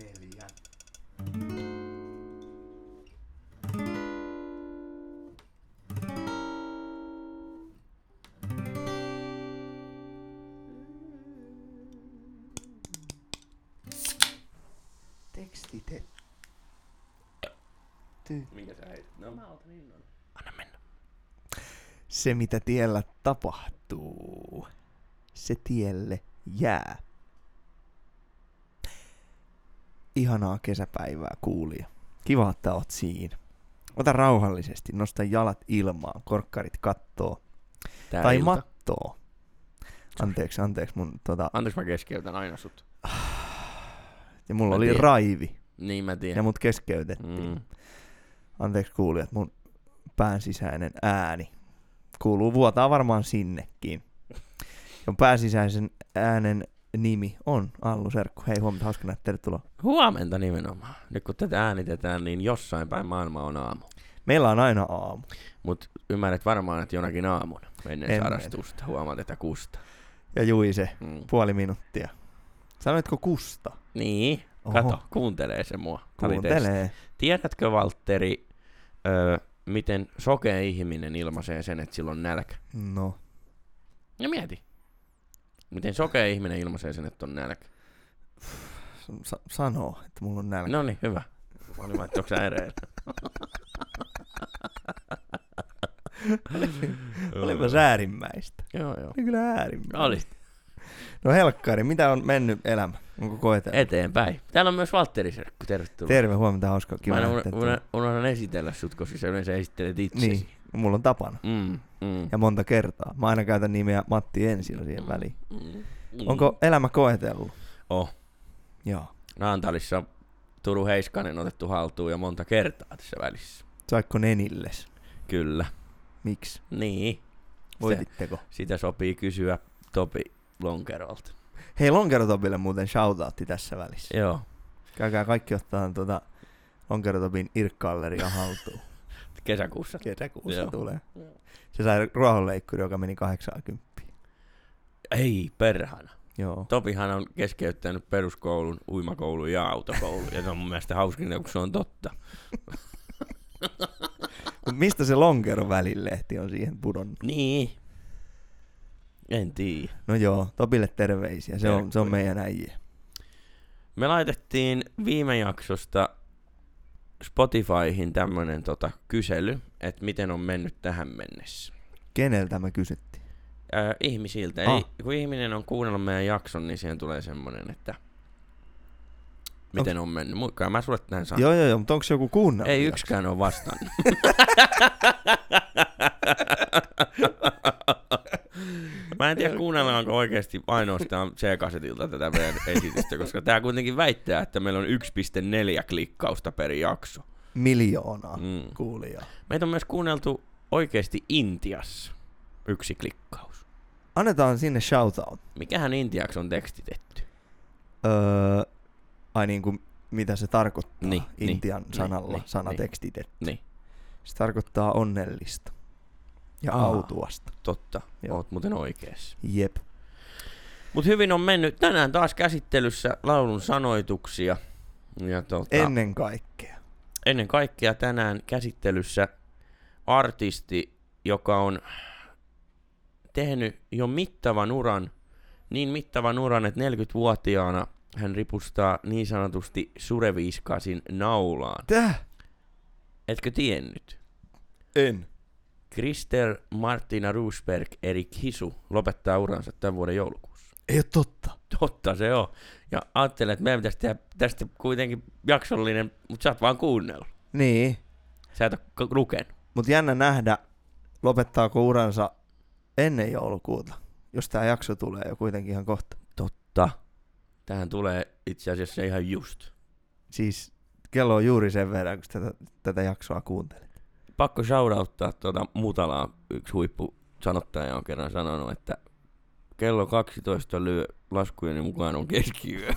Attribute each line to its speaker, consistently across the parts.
Speaker 1: 4. Tekstitetty.
Speaker 2: Minkä sä heität? No mä otan innon.
Speaker 1: Anna mennä. Se mitä tiellä tapahtuu, se tielle jää. Ihanaa kesäpäivää kuulija. Kiva, että oot siinä. Ota rauhallisesti, nosta jalat ilmaan, korkkarit kattoo.
Speaker 2: Tää
Speaker 1: tai
Speaker 2: ilta.
Speaker 1: mattoo. Anteeksi mun
Speaker 2: Anteeksi mä keskeytän aina sut.
Speaker 1: Ja mulla
Speaker 2: Mä
Speaker 1: oli
Speaker 2: tiedän.
Speaker 1: raivi.
Speaker 2: Niin mä tiedän.
Speaker 1: Ja mut keskeytettiin. Anteeksi kuulijat, mun pään sisäinen ääni vuotaa varmaan sinnekin. Ja pään sisäisen äänen nimi on Allu Serkku. Hei, huomenta, hauska nähdä, tervetuloa.
Speaker 2: Huomenta nimenomaan. Nyt kun tätä äänitetään, niin jossain päin maailma on aamu.
Speaker 1: Meillä on aina aamu.
Speaker 2: Mut ymmärrät varmaan, että jonakin aamuna ennen
Speaker 1: En
Speaker 2: sarastusta huomaat, että kusta.
Speaker 1: Ja Juise,
Speaker 2: Mm.
Speaker 1: puoli minuuttia. Sanoitko kusta?
Speaker 2: Niin,
Speaker 1: Oho.
Speaker 2: kato, kuuntelee se mua. Tää oli testi.
Speaker 1: Kuuntelee.
Speaker 2: Tiedätkö, Valtteri, miten sokea ihminen ilmaisee sen, että sillä on nälkä?
Speaker 1: No.
Speaker 2: Ja mieti. Miten sokea ihminen ilmaisee sen, että on nälkä?
Speaker 1: Sanoo, että mulla on nälkä.
Speaker 2: No niin, hyvä. Mä olin vaan, että onko sä ereillä?
Speaker 1: Olipas äärimmäistä.
Speaker 2: Joo.
Speaker 1: Oli kyllä äärimmäistä.
Speaker 2: Oli.
Speaker 1: No helkkari, mitä on mennyt elämä? Onko koetellut?
Speaker 2: Eteenpäin. Täällä on myös Valtteri Serkku, tervetuloa.
Speaker 1: Terve, huomenta, hauska. Kiva
Speaker 2: Mä
Speaker 1: nähdä.
Speaker 2: unohdan esitellä sut, koska sä yleensä esittelet itsesi.
Speaker 1: Niin, mulla on tapana. Ja monta kertaa. Mä aina käytän nimeä Matti Ensilo siihen väliin. Onko elämä koetellut?
Speaker 2: Oh.
Speaker 1: Joo.
Speaker 2: Naantalissa Turun Heiskanen otettu haltuun ja monta kertaa tässä välissä.
Speaker 1: Saikko nenilles?
Speaker 2: Kyllä.
Speaker 1: Miksi?
Speaker 2: Niin.
Speaker 1: Voititteko?
Speaker 2: Sitä sopii kysyä Topi Lonkerolta.
Speaker 1: Hei, Lonkerotopille muuten shoutoutti tässä välissä.
Speaker 2: Joo.
Speaker 1: Käykää kaikki ottaa Lonkerotopin Irkkalleria haltuun.
Speaker 2: Kesäkuussa.
Speaker 1: Kesäkuussa
Speaker 2: Joo.
Speaker 1: tulee.
Speaker 2: Joo.
Speaker 1: Se sai ruohonleikkuri, joka meni 80.
Speaker 2: Ei perhana.
Speaker 1: Joo.
Speaker 2: Topihan on keskeyttänyt peruskoulun, uimakoulun ja autokoulun. Ja se on mun mielestä hauskinta, kun se on totta.
Speaker 1: Mut mistä se Lonkeron välilehti on siihen pudonnut?
Speaker 2: Niin. En tiedä.
Speaker 1: No joo, Topille terveisiä. Se on meidän äijä.
Speaker 2: Me laitettiin viime jaksosta Spotifyhin tämmönen kysely, että miten on mennyt tähän mennessä.
Speaker 1: Keneltä me kysyttiin?
Speaker 2: Ihmisiltä. Eli kun ihminen on kuunnellut meidän jakson, niin siihen tulee semmonen, että miten on mennyt. Muikkaa mä sulle tähän sanon.
Speaker 1: Joo, mutta onko joku kuunnellut?
Speaker 2: Ei yksikään ole vastannut. Mä en tiedä kuunnellaanko oikeasti ainoastaan C-kasetilta tätä meidän esitystä, koska tää kuitenkin väittää, että meillä on 1,4 klikkausta per jakso.
Speaker 1: Miljoonaa kuulijaa.
Speaker 2: Meitä on myös kuunneltu oikeasti Intiassa 1 klikkaus.
Speaker 1: Annetaan sinne shoutout.
Speaker 2: Mikähän Intiaksi on tekstitetty?
Speaker 1: Ai niin kuin mitä se tarkoittaa
Speaker 2: Niin,
Speaker 1: Intian
Speaker 2: niin,
Speaker 1: sanalla,
Speaker 2: niin,
Speaker 1: sana
Speaker 2: niin.
Speaker 1: tekstitetty.
Speaker 2: Niin,
Speaker 1: Se tarkoittaa onnellista ja autuasta.
Speaker 2: totta.
Speaker 1: Joo.
Speaker 2: Oot muuten oikeassa.
Speaker 1: Jep.
Speaker 2: Mut hyvin on mennyt. Tänään taas käsittelyssä laulun sanoituksia. Ja
Speaker 1: Ennen
Speaker 2: kaikkea tänään käsittelyssä artisti, joka on tehnyt jo mittavan uran, niin mittavan uran, että 40-vuotiaana hän ripustaa niin sanotusti sureviiskaasin naulaan.
Speaker 1: Täh?
Speaker 2: Etkö tiennyt?
Speaker 1: En.
Speaker 2: Christer Martina Rosberg Erik Hisu lopettaa uransa tämän vuoden joulukuussa.
Speaker 1: Ei ole totta.
Speaker 2: Totta se on. Ja ajattelen, että meidän pitäisi tehdä tästä kuitenkin jaksollinen, mutta sä oot vaan kuunnellut.
Speaker 1: Niin.
Speaker 2: Sä et ole lukenut.
Speaker 1: Mut jännä nähdä, lopettaako uransa ennen joulukuuta, jos tää jakso tulee jo kuitenkin ihan kohta.
Speaker 2: Totta. Tähän tulee itse asiassa ihan just.
Speaker 1: Siis kello on juuri sen verran, kun tätä jaksoa kuuntelet.
Speaker 2: Pakko shoutouttaa Mutalaa. Yksi huippusanottaja on kerran sanonut, että kello 12 lyö laskujeni mukaan on keskiyö.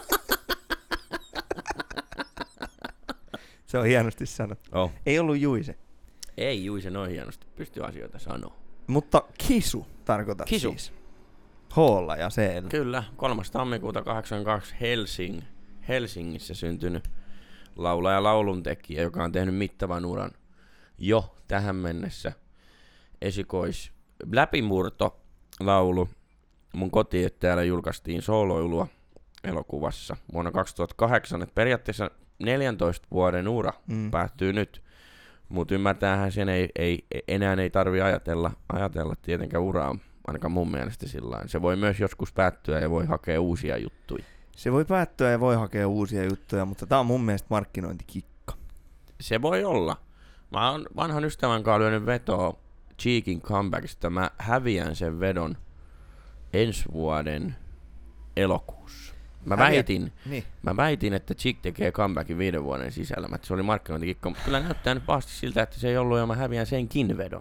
Speaker 1: Se on hienosti sanottu.
Speaker 2: Oh.
Speaker 1: Ei ollut Juise.
Speaker 2: Ei Juise noin hienosti pysty asioita sanoa.
Speaker 1: Mutta kisu tarkoitat
Speaker 2: Kisu.
Speaker 1: siis. H:lla ja C:llä.
Speaker 2: Kyllä, 3. tammikuuta 82 Helsingissä syntynyt laulaja lauluntekijä, joka on tehnyt mittavan uran jo tähän mennessä. Läpimurto laulu Mun koti, että täällä julkaistiin sooloilua elokuvassa vuonna 2008, että periaatteessa 14 vuoden ura päättyy nyt, mutta ymmärtäähän sen enää ei tarvi ajatella tietenkään uraa, ainakaan mun mielestä sillain. Se voi myös joskus päättyä ja voi hakea uusia juttuja.
Speaker 1: Se voi päättyä ja voi hakea uusia juttuja, mutta tää on mun mielestä markkinointikikka.
Speaker 2: Se voi olla. Mä oon vanhan ystävän kanssa lyönyt vetoa Cheekin comebackista. Mä häviän sen vedon ensi vuoden elokuussa. Mä väitin, että Cheek tekee comebackin 5 vuoden sisällä. Se oli markkinointikikka, mutta kyllä näyttää nyt pahasti siltä, että se ei ollut ja mä häviän senkin vedon.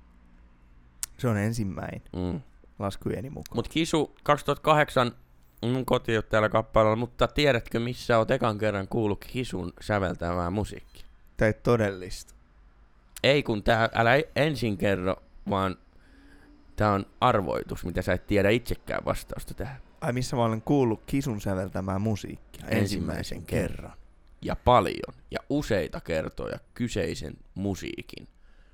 Speaker 1: Se on ensimmäinen laskujeni mukaan.
Speaker 2: Mut Kisu 2008, mun koti ei ole täällä kappaleella, mutta tiedätkö missä oot ekan kerran kuullut Kisun säveltävää musiikkia?
Speaker 1: Tää ei todellista.
Speaker 2: Ei kun älä ensin kerro, vaan tää on arvoitus, mitä sä et tiedä itsekään vastausta tähän.
Speaker 1: Ai missä mä olen kuullut Kisun säveltämää musiikkia ensimmäisen kerran.
Speaker 2: Ja paljon, ja useita kertoja kyseisen musiikin.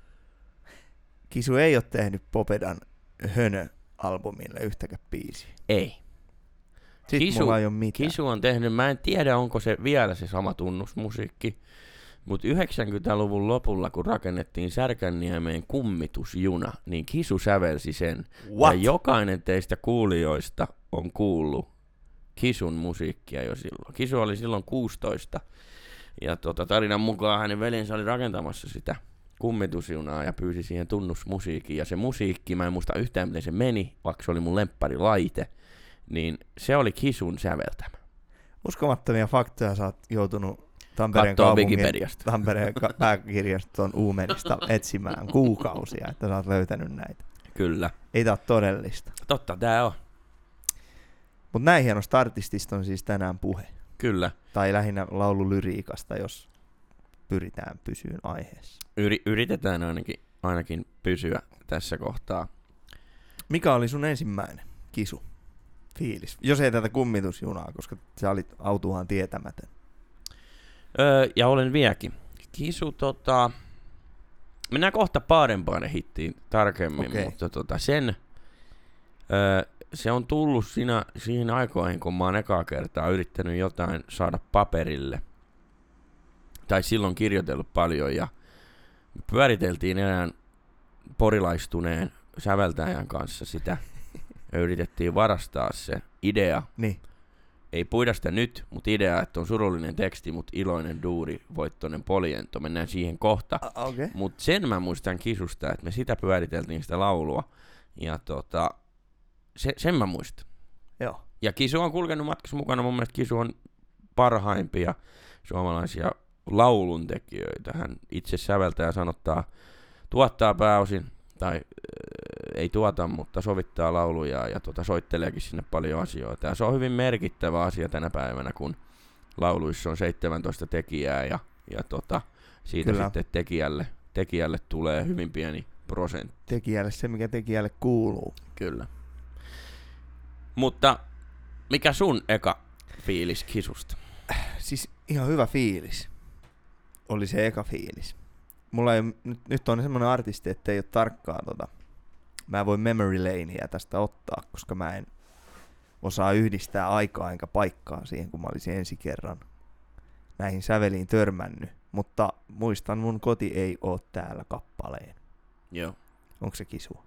Speaker 1: Kisu ei ole tehnyt Popedan Hönö-albumille yhtäkään biisiä.
Speaker 2: Ei.
Speaker 1: Mulla ei ole mitään.
Speaker 2: Kisu on tehnyt, mä en tiedä onko se vielä se sama tunnusmusiikki, mutta 90-luvun lopulla, kun rakennettiin Särkänniemeen kummitusjuna, niin Kisu sävelsi sen.
Speaker 1: What?
Speaker 2: Ja jokainen teistä kuulijoista on kuullut Kisun musiikkia jo silloin. Kisu oli silloin 16. Ja tarinan mukaan hänen veljensä oli rakentamassa sitä kummitusjunaa ja pyysi siihen tunnusmusiikin. Ja se musiikki, mä en muista yhtään miten se meni, vaikka se oli mun lempparilaite, niin se oli Kisun säveltämä.
Speaker 1: Uskomattomia faktoja sä oot joutunut Tampereen pääkirjaston Uumenista etsimään kuukausia, että sä oot löytänyt näitä.
Speaker 2: Kyllä.
Speaker 1: Ei tää ole todellista.
Speaker 2: Totta, tää on.
Speaker 1: Mut näin hienosta artistista on siis tänään puhe.
Speaker 2: Kyllä.
Speaker 1: Tai lähinnä laululyriikasta, jos pyritään pysyyn aiheessa.
Speaker 2: Yritetään ainakin pysyä tässä kohtaa.
Speaker 1: Mikä oli sun ensimmäinen Kisu fiilis? Jos ei tätä kummitusjunaa, koska sä olit autuaan tietämätön.
Speaker 2: Ja olen vieläkin. Kisu, mennään kohta Baden hittiin tarkemmin, okay. Mutta se on tullut siihen aikoihin, kun mä oon ekaa kertaa yrittänyt jotain saada paperille. Tai silloin kirjoitellut paljon ja pyöriteltiin erään porilaistuneen säveltäjän kanssa sitä. Ja yritettiin varastaa se idea.
Speaker 1: Niin.
Speaker 2: Ei puida sitä nyt, mutta idea, että on surullinen teksti, mutta iloinen duuri, voittoinen poliento. Mennään siihen kohta.
Speaker 1: Okay.
Speaker 2: Mutta sen mä muistan Kisusta, että me sitä pyöriteltiin sitä laulua. Ja sen mä muistan.
Speaker 1: Joo.
Speaker 2: Ja Kisu on kulkenut matkassa mukana. Mun mielestä Kisu on parhaimpia suomalaisia lauluntekijöitä. Hän itse säveltää ja tuottaa pääosin, tai ei tuota, mutta sovittaa lauluja ja soitteleekin sinne paljon asioita. Ja se on hyvin merkittävä asia tänä päivänä, kun lauluissa on 17 tekijää ja siitä
Speaker 1: Kyllä.
Speaker 2: Sitten tekijälle tulee hyvin pieni prosentti.
Speaker 1: Tekijälle se, mikä tekijälle kuuluu.
Speaker 2: Kyllä. Mutta mikä sun eka fiilis Kisusta?
Speaker 1: Siis ihan hyvä fiilis. Oli se eka fiilis. Mulla ei, nyt on semmoinen artisti, että ei ole tarkkaa mä en voi memory lanea tästä ottaa, koska mä en osaa yhdistää aikaa enkä paikkaa siihen, kun mä olisin ensi kerran näihin säveliin törmännyt. Mutta muistan, mun koti ei oo täällä kappaleen.
Speaker 2: Joo.
Speaker 1: Onko se Kisua?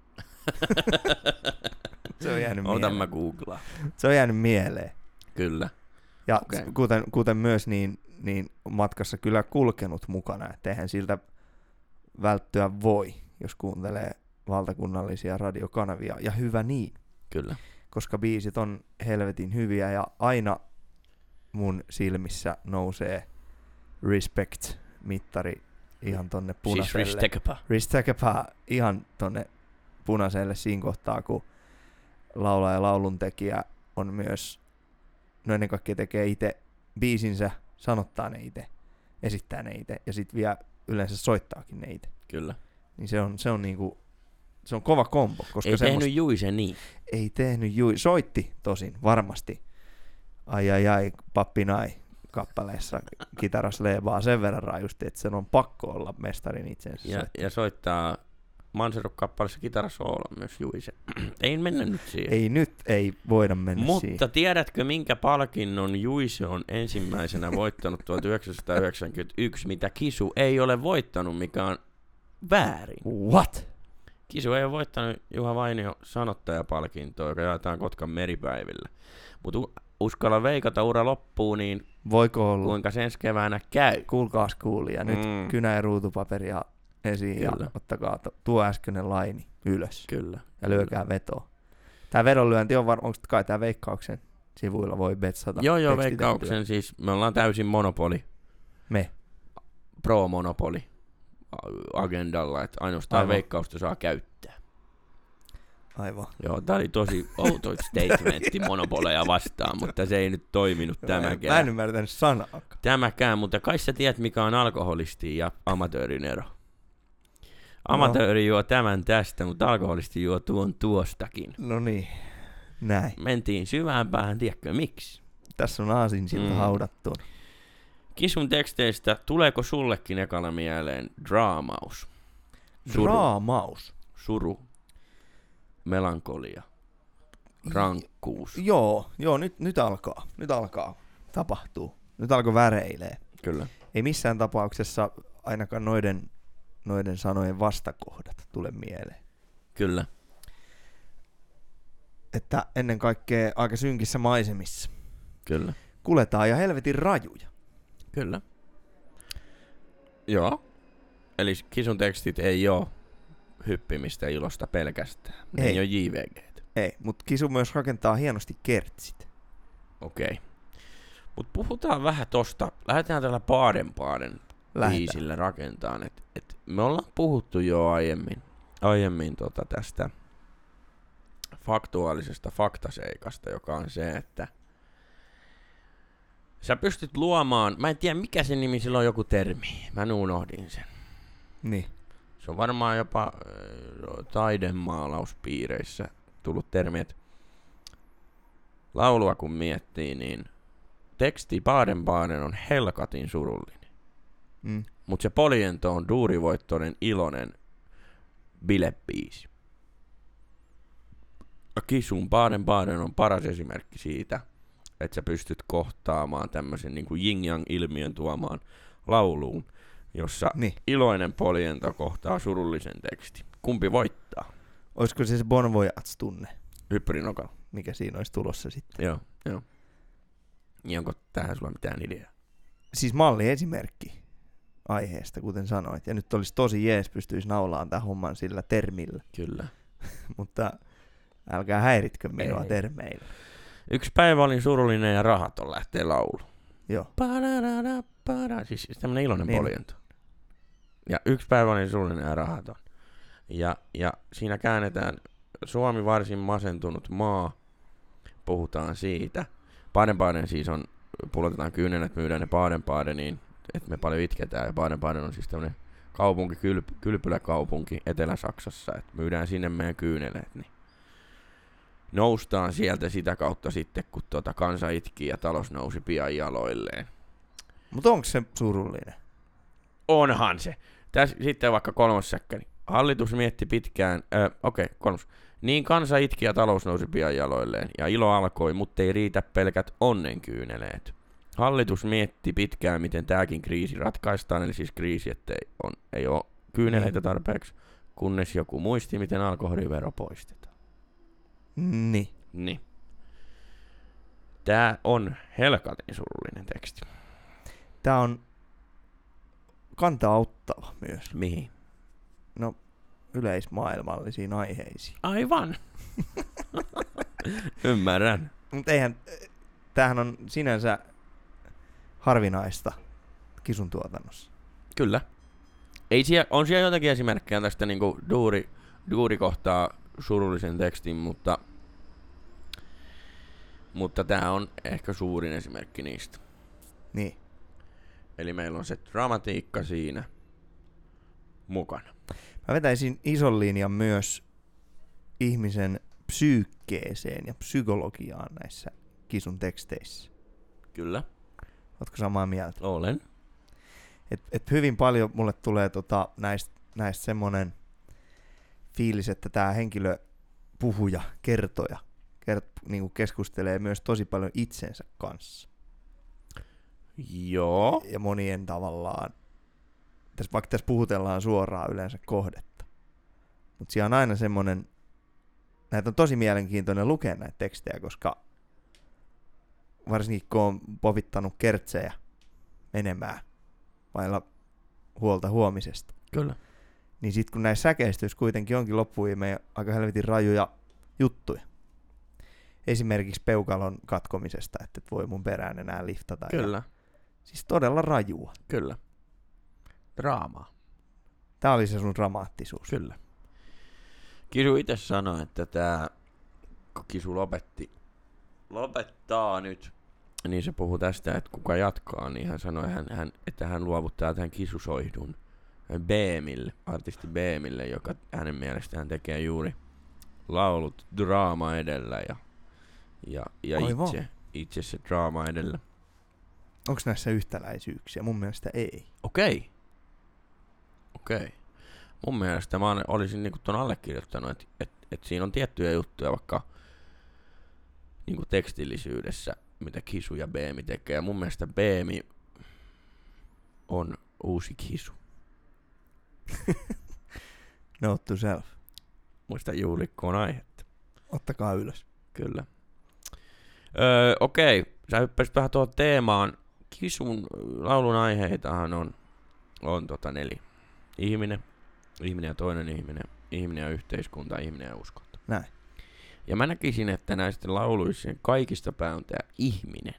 Speaker 1: Se on jäänyt mieleen.
Speaker 2: Otan mä googlaa.
Speaker 1: Se on jäänyt mieleen.
Speaker 2: Kyllä.
Speaker 1: Ja kuten myös niin matkassa kyllä kulkenut mukana, että eihän siltä välttyä voi, jos kuuntelee valtakunnallisia radiokanavia, ja hyvä niin.
Speaker 2: Kyllä. Koska
Speaker 1: biisit on helvetin hyviä, ja aina mun silmissä nousee respect-mittari ihan tonne punaiselle.
Speaker 2: Siis
Speaker 1: Ristekepä ihan tonne punaiselle siinä kohtaa, kun laulaja ja lauluntekijä on myös, no ennen kaikkea tekee itse biisinsä, sanottaa ne itse, esittää ne itse, ja sit vielä yleensä soittaakin ne itse.
Speaker 2: Kyllä.
Speaker 1: Niin se on niinku, se on kova kombo. Koska
Speaker 2: ei tehnyt Juise niin.
Speaker 1: Ei tehnyt Juise. Soitti tosin, varmasti. Ai, pappi nai. kappaleessa kitaras leebaa sen verran rajusti, että sen on pakko olla mestarin itsensä.
Speaker 2: Ja soittaa Manseruk-kappaleessa kitarasoolon myös Juise. Ei mennä nyt siihen.
Speaker 1: Ei voida mennä siihen.
Speaker 2: Mutta tiedätkö, minkä palkinnon Juise on ensimmäisenä voittanut 1991, mitä Kisu ei ole voittanut, mikä on väärin?
Speaker 1: What?
Speaker 2: Kisu ei ole voittanut Juha Vainio sanottajapalkintoa, joka jaetaan Kotkan meripäivillä. Mutta uskalla veikata ura loppuun, niin
Speaker 1: voiko olla?
Speaker 2: Kuinka se ensi keväänä käy?
Speaker 1: Kuulkaas kuulija. Nyt kynä ja ruutupaperia esiin. Kyllä. Ja ottakaa tuo äskeinen laini ylös.
Speaker 2: Kyllä.
Speaker 1: Ja lyökää vetoa. Tämä vedonlyönti on onko kai tämä Veikkauksen sivuilla voi betsata?
Speaker 2: Joo, Veikkauksen siis. Me ollaan täysin monopoli.
Speaker 1: Me?
Speaker 2: Pro-monopoli agendalla, että ainoastaan aivan. Veikkausta saa käyttää.
Speaker 1: Aivan.
Speaker 2: Joo, tää oli tosi outo statementti monopoleja vastaan, mutta se ei nyt toiminut tämäkään.
Speaker 1: Mä en ymmärtänyt sanaakaan.
Speaker 2: Tämäkään, mutta kai sä tiedät, mikä on alkoholisti ja amatöörin ero. Amatööri juo tämän tästä, mutta alkoholisti juo tuon tuostakin.
Speaker 1: No niin, näin.
Speaker 2: Mentiin syvään päähän, tiedätkö miksi?
Speaker 1: Tässä on aasinsilta haudattu.
Speaker 2: Kisun teksteistä, tuleeko sullekin ekana mieleen draamaus?
Speaker 1: Draamaus?
Speaker 2: Suru. Melankolia. Rankkuus.
Speaker 1: Joo, nyt alkaa. Tapahtuu. Nyt alkoi väreilee.
Speaker 2: Kyllä.
Speaker 1: Ei missään tapauksessa ainakaan noiden sanojen vastakohdat tule mieleen.
Speaker 2: Kyllä.
Speaker 1: Että ennen kaikkea aika synkissä maisemissa.
Speaker 2: Kyllä.
Speaker 1: Kuletaan ja helvetin rajuja.
Speaker 2: Kyllä. Joo. Eli Kisun tekstit ei ole hyppimistä ilosta pelkästään. Ei ole JVG.
Speaker 1: Ei, mutta Kisu myös rakentaa hienosti kertsit.
Speaker 2: Okei. Mutta puhutaan vähän tosta. Lähdetään tällä Paaden biisillä rakentaan. Et me ollaan puhuttu jo aiemmin tästä faktuaalisesta faktaseikasta, joka on se, että sä pystyt luomaan, mä en tiedä mikä se nimi, sillä on joku termi, mä unohdin sen.
Speaker 1: Niin.
Speaker 2: Se on varmaan jopa taidemaalauspiireissä tullut termi, että laulua kun miettii, niin teksti Paaden on helkatin surullinen. Mutta se poljento on duurivoittoinen iloinen bilebiisi. Kisun Paaden on paras esimerkki siitä, että sä pystyt kohtaamaan tämmöisen niin kuin yin-yang-ilmiön tuomaan lauluun, jossa iloinen poljento kohtaa surullisen tekstin. Kumpi voittaa?
Speaker 1: Olisiko se Bon Voyage-tunne?
Speaker 2: Hyppyrinokalla.
Speaker 1: Mikä siinä olisi tulossa sitten?
Speaker 2: Joo. Niin onko tähän sulla mitään ideaa?
Speaker 1: Siis malliesimerkki aiheesta, kuten sanoit. Ja nyt olisi tosi jees, pystyisi naulaan tämän homman sillä termillä.
Speaker 2: Kyllä.
Speaker 1: Mutta älkää häiritkö minua termeillä.
Speaker 2: Yksi päivä olin surullinen ja rahaton lähtee laulu.
Speaker 1: Joo.
Speaker 2: Siis tämmönen iloinen poljento. Ja yksi päivä olin surullinen ja rahaton. Ja siinä käännetään Suomi varsin masentunut maa. Puhutaan siitä. Paaden siis on, pullotetaan kyynelet, myydään ne Paaden-Paadeniin, että me paljon itketään. Ja Paaden on siis tämmönen kaupunki, kylpyläkaupunki Etelä-Saksassa, että myydään sinne meidän kyyneleet, niin noustaan sieltä sitä kautta sitten, kun kansa itki ja talous nousi pian jaloilleen.
Speaker 1: Mutta onko se surullinen?
Speaker 2: Onhan se. Sitten vaikka kolmas säkkäri. Hallitus mietti pitkään, kolmas. Niin kansa itki ja talous nousi pian jaloilleen, ja ilo alkoi, mutta ei riitä pelkät onnenkyyneleet. Hallitus mietti pitkään, miten tämäkin kriisi ratkaistaan, eli siis kriisi, että ei ole kyyneleitä tarpeeksi, kunnes joku muisti, miten alkoholivero poistetaan.
Speaker 1: Niin.
Speaker 2: Tää on helkatin surullinen teksti.
Speaker 1: Tää on kantauttava myös.
Speaker 2: Mihin?
Speaker 1: No, yleismaailmallisiin aiheisiin.
Speaker 2: Aivan. Ymmärrän.
Speaker 1: Mutta tämähän on sinänsä harvinaista Kisun tuotannossa.
Speaker 2: Kyllä. On siellä jotakin esimerkkejä tästä niinku duuri kohtaa surullisen tekstin, mutta tämä on ehkä suurin esimerkki niistä.
Speaker 1: Niin.
Speaker 2: Eli meillä on se dramatiikka siinä mukana.
Speaker 1: Mä vetäisin ison linjan myös ihmisen psyykkeeseen ja psykologiaan näissä Kisun teksteissä.
Speaker 2: Kyllä.
Speaker 1: Ootko samaa mieltä?
Speaker 2: Olen.
Speaker 1: Et hyvin paljon mulle tulee näistä semmonen fiilis, että tää henkilö, puhuja, kertoja, niinku keskustelee myös tosi paljon itsensä kanssa.
Speaker 2: Joo.
Speaker 1: Ja monien tavallaan, vaikka tässä puhutellaan suoraan yleensä kohdetta. Mutta siellä on aina semmonen, näitä on tosi mielenkiintoinen lukea näitä tekstejä, koska varsinkin kun on povittanut kertsejä menemään vailla huolta huomisesta.
Speaker 2: Kyllä.
Speaker 1: Niin sit kun näissä säkeistyissä kuitenkin onkin loppuviimein aika helvetin rajuja juttuja. Esimerkiksi peukalon katkomisesta, että et voi mun perään enää liftata.
Speaker 2: Kyllä.
Speaker 1: Ja, siis todella rajua.
Speaker 2: Kyllä. Draamaa.
Speaker 1: Tää oli se sun dramaattisuus.
Speaker 2: Kyllä. Kisu itse sanoi, että kun Kisu lopettaa nyt, niin se puhuu tästä, että kuka jatkaa, niin hän sanoi, että hän luovuttaa tämän Kisusoihdun BMille, artisti BMille, joka hänen mielestään tekee juuri laulut draama edellä ja itse se draama edellä.
Speaker 1: Onko näissä yhtäläisyyksiä? Mun mielestä ei.
Speaker 2: Okei. Mun mielestä mä olisin niinku ton allekirjoittanut, että siinä on tiettyjä juttuja vaikka niinku tekstillisyydessä, mitä Kisu ja BM tekee. Ja mun mielestä BM on uusi Kisu.
Speaker 1: Note to self.
Speaker 2: Muista juulikkoon aihetta.
Speaker 1: Ottakaa ylös.
Speaker 2: Kyllä. Okei. Sä hyppäsit vähän tuohon teemaan. Kisun laulun aiheitahan on 4. Ihminen ja toinen ihminen ja yhteiskunta, ihminen ja uskonto.
Speaker 1: Näin.
Speaker 2: Ja mä näkisin, että näistä lauluissa kaikista pää on tää ihminen.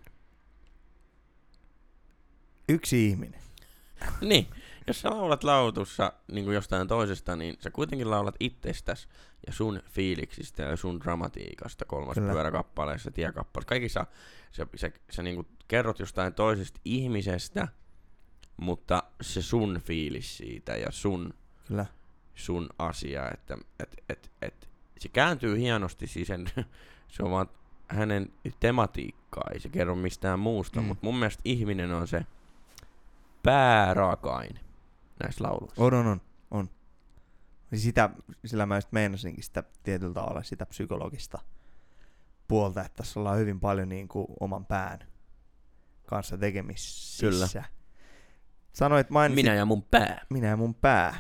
Speaker 1: Yksi ihminen.
Speaker 2: Niin. Jos sä laulat lautussa niin kuin jostain toisesta, niin sä kuitenkin laulat itsestäsi ja sun fiiliksistä ja sun dramatiikasta kolmas pyöräkappaleessa, tiekappaleessa. Kaikissa sä niin kuin kerrot jostain toisesta ihmisestä, mutta se sun fiilis siitä ja sun asia, että se kääntyy hienosti siis se on vaan hänen tematiikkaa, ei se kerro mistään muusta, mutta mun mielestä ihminen on se pääraaka-aine näissä lauluissa.
Speaker 1: On. Sillä mä just meinasinkin sitä tietyllä tavalla sitä psykologista puolta, että tässä ollaan hyvin paljon niin kuin oman pään kanssa tekemisissä.
Speaker 2: Kyllä.
Speaker 1: Minä
Speaker 2: ja mun pää.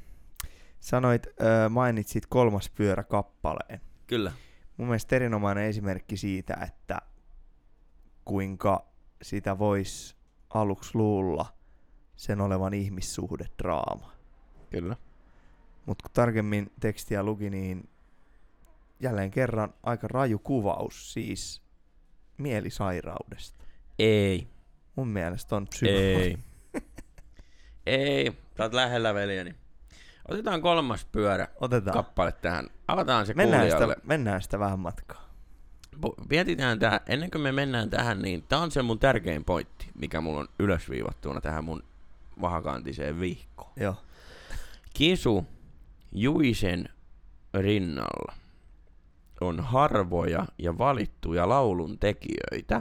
Speaker 1: Mainitsit kolmas pyöräkappaleen.
Speaker 2: Kyllä.
Speaker 1: Mun mielestä erinomainen esimerkki siitä, että kuinka sitä voisi aluksi luulla sen olevan ihmissuhdedraama.
Speaker 2: Kyllä.
Speaker 1: Mutta kun tarkemmin tekstiä luki, niin jälleen kerran aika raju kuvaus siis mielisairaudesta.
Speaker 2: Ei.
Speaker 1: Mun mielestä on psykologi.
Speaker 2: Ei. Sä oot lähellä, veljeni. Otetaan kolmas kappale tähän. Avataan se kuulijalle.
Speaker 1: Mennään sitä vähän matkaa.
Speaker 2: Mietitään tää. Ennen kuin me mennään tähän, niin tää on se mun tärkein pointti, mikä mulla on ylösviivattuna tähän mun vahakantiseen vihkoon.
Speaker 1: Joo.
Speaker 2: Kisu Juisen rinnalla on harvoja ja valittuja laulun tekijöitä.